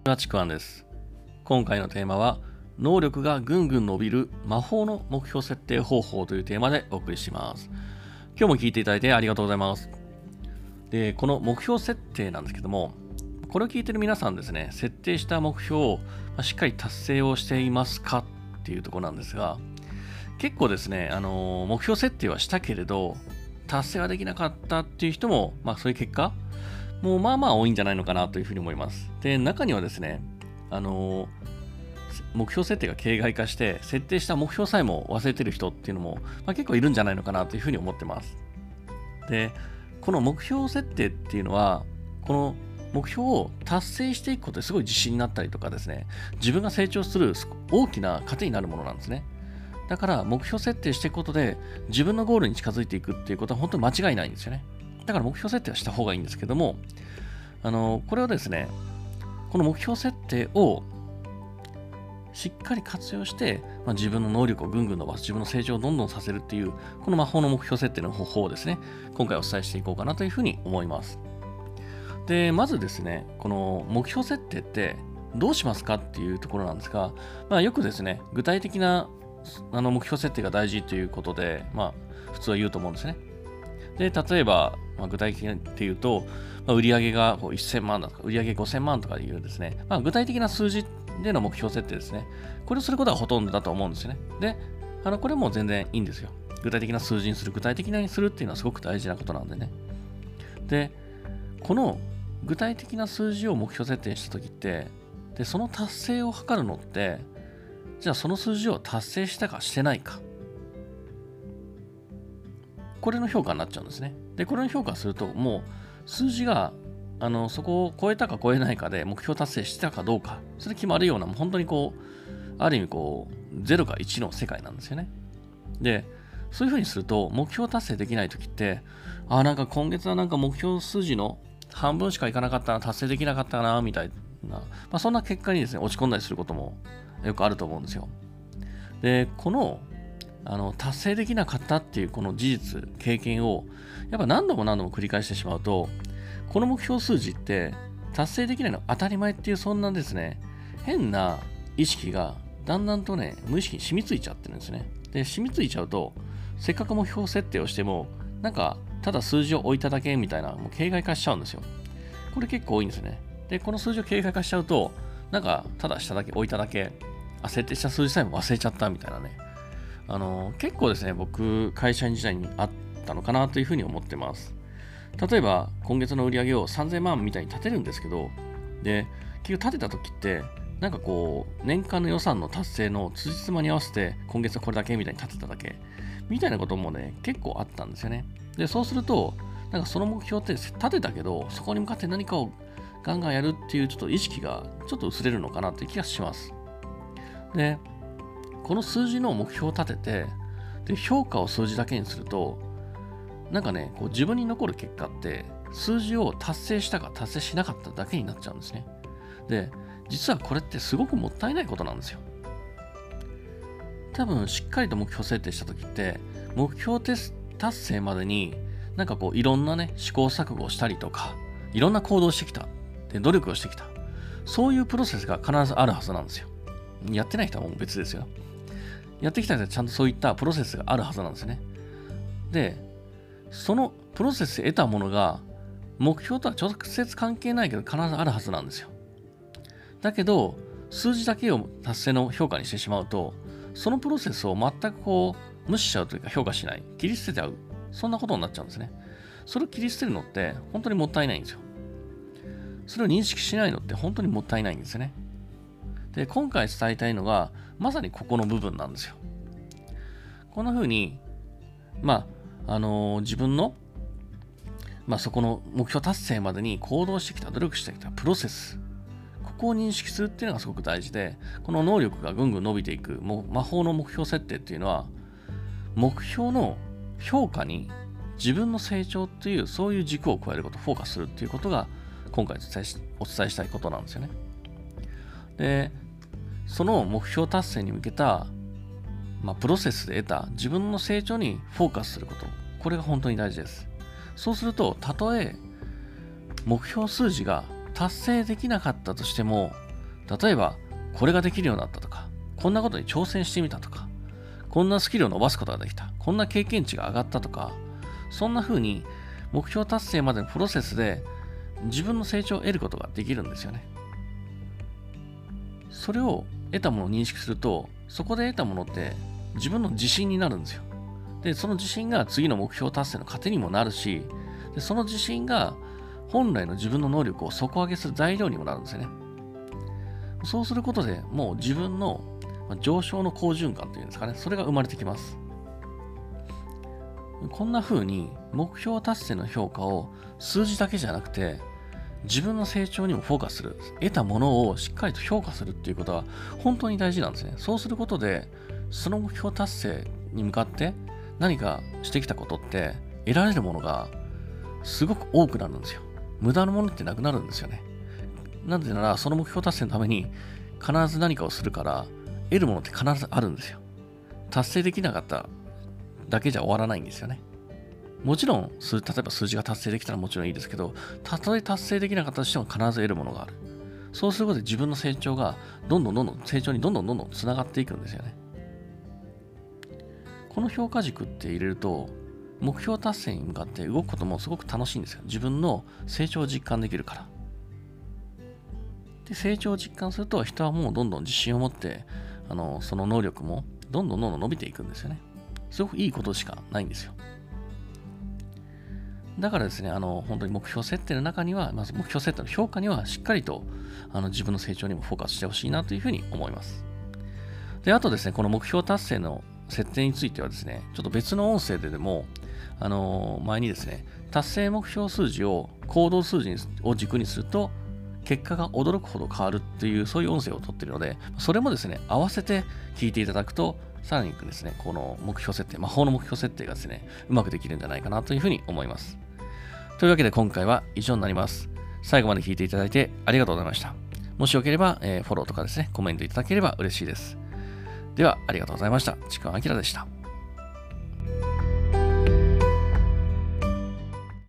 はちくわんです。今回のテーマは、能力がぐんぐん伸びる魔法の目標設定方法というテーマでお送りします。今日も聞いていただいてありがとうございます。で、この目標設定なんですけども、これを聞いている皆さんですね、設定した目標をしっかり達成をしていますかっていうところなんですが、結構ですね、目標設定はしたけれど、達成はできなかったっていう人も、そういう結果、もうまあまあ多いんじゃないのかなというふうに思います。で、中にはですね、目標設定が形骸化して、設定した目標さえも忘れてる人っていうのも、結構いるんじゃないのかなというふうに思ってます。で、この目標設定っていうのは、この目標を達成していくことですごい自信になったりとかですね、自分が成長する大きな糧になるものなんですね。だから目標設定していくことで自分のゴールに近づいていくっていうことは本当に間違いないんですよね。だから目標設定はした方がいいんですけども、これをですね、この目標設定をしっかり活用して、自分の能力をぐんぐん伸ばす、自分の成長をどんどんさせるっていう、この魔法の目標設定の方法をですね、今回お伝えしていこうかなというふうに思います。で、まずですね、この目標設定ってどうしますかっていうところなんですが、よくですね、具体的な目標設定が大事ということで、普通は言うと思うんですね。で、例えば、具体的に言うと、売上が1000万だとか、売上5000万とかいうですね、具体的な数字での目標設定ですね。これをすることがほとんどだと思うんですよね。で、これも全然いいんですよ。具体的な数字にする、具体的なにするっていうのはすごく大事なことなんでね。で、この具体的な数字を目標設定したときって、で、その達成を測るのって、じゃあその数字を達成したかしてないか。これの評価になっちゃうんですね。で、これの評価すると、もう数字がそこを超えたか超えないかで目標達成したかどうか、それ決まるような、もう本当にある意味0か1の世界なんですよね。で、そういう風にすると、目標達成できないときって、なんか今月はなんか目標数字の半分しかいかなかったな、達成できなかったな、みたいな、そんな結果にですね、落ち込んだりすることもよくあると思うんですよ。で、この達成できなかったっていうこの事実、経験をやっぱ何度も何度も繰り返してしまうと、この目標数字って達成できないのは当たり前っていう、そんなですね、変な意識がだんだんとね、無意識に染みついちゃってるんですね。で、染みついちゃうと、せっかく目標設定をしても、なんかただ数字を置いただけみたいな、もう形骸化しちゃうんですよ。これ結構多いんですね。で、この数字を形骸化しちゃうと、なんかただしただけ、置いただけ、設定した数字さえも忘れちゃったみたいなね。結構ですね、僕、会社員時代にあったのかなというふうに思ってます。例えば、今月の売り上げを3000万みたいに立てるんですけど、で、結局立てた時って、なんか年間の予算の達成の辻褄に合わせて、今月はこれだけみたいに立てただけ、みたいなこともね、結構あったんですよね。で、そうすると、なんかその目標って立てたけど、そこに向かって何かをガンガンやるっていうちょっと意識がちょっと薄れるのかなっていう気がします。で、この数字の目標を立てて、で、評価を数字だけにすると、なんかね、自分に残る結果って、数字を達成したか達成しなかっただけになっちゃうんですね。で、実はこれってすごくもったいないことなんですよ。多分、しっかりと目標設定したときって、目標達成までに、なんかいろんなね、試行錯誤をしたりとか、いろんな行動をしてきた。で、努力をしてきた。そういうプロセスが必ずあるはずなんですよ。やってない人はもう別ですよ。やってきた人はちゃんとそういったプロセスがあるはずなんですね。で、そのプロセスで得たものが目標とは直接関係ないけど必ずあるはずなんですよ。だけど、数字だけを達成の評価にしてしまうと、そのプロセスを全く無視しちゃうというか評価しない、切り捨てちゃう、そんなことになっちゃうんですね。それを切り捨てるのって本当にもったいないんですよ。それを認識しないのって本当にもったいないんですよね。で、今回伝えたいのが、まさにここの部分なんですよ。こんな風に、自分の、そこの目標達成までに行動してきた、努力してきたプロセス、ここを認識するっていうのがすごく大事で、この能力がぐんぐん伸びていく、魔法の目標設定っていうのは、目標の評価に自分の成長っていう、そういう軸を加えること、フォーカスするっていうことが、今回お伝えしたいことなんですよね。で、その目標達成に向けた、プロセスで得た自分の成長にフォーカスすること。これが本当に大事です。そうすると、たとえ目標数字が達成できなかったとしても、 例えば、これができるようになったとか、こんなことに挑戦してみたとか、こんなスキルを伸ばすことができた、こんな経験値が上がったとか、そんな風に目標達成までのプロセスで自分の成長を得ることができるんですよね。それを得たものを認識すると、そこで得たものって自分の自信になるんですよ。で、その自信が次の目標達成の糧にもなるし、でその自信が本来の自分の能力を底上げする材料にもなるんですよね。そうすることでもう自分の上昇の好循環というんですかね、それが生まれてきます。こんな風に目標達成の評価を数字だけじゃなくて自分の成長にもフォーカスする、得たものをしっかりと評価するっていうことは本当に大事なんですね。そうすることでその目標達成に向かって何かしてきたことって得られるものがすごく多くなるんですよ。無駄なものってなくなるんですよね。なぜならその目標達成のために必ず何かをするから得るものって必ずあるんですよ。達成できなかっただけじゃ終わらないんですよね。もちろん、例えば数字が達成できたらもちろんいいですけど、たとえ達成できなかったとしても必ず得るものがある。そうすることで自分の成長が成長にどんどんつながっていくんですよね。この評価軸って入れると、目標達成に向かって動くこともすごく楽しいんですよ。自分の成長を実感できるから。で、成長を実感すると人はもうどんどん自信を持って、その能力もどんどん伸びていくんですよね。すごくいいことしかないんですよ。だからですね、本当に目標設定の中には、まず目標設定の評価にはしっかりと自分の成長にもフォーカスしてほしいなというふうに思います。で、あとですね、この目標達成の設定についてはですね、ちょっと別の音声でも、前にですね、達成目標数字を行動数字を軸にすると、結果が驚くほど変わるっていう、そういう音声を取っているので、それもですね、合わせて聞いていただくと、さらにですね、この目標設定、魔法の目標設定がですね、うまくできるんじゃないかなというふうに思います。というわけで今回は以上になります。最後まで聞いていただいてありがとうございました。もしよければ、フォローとかですね、コメントいただければ嬉しいです。では、ありがとうございました。ちくわあきらでした。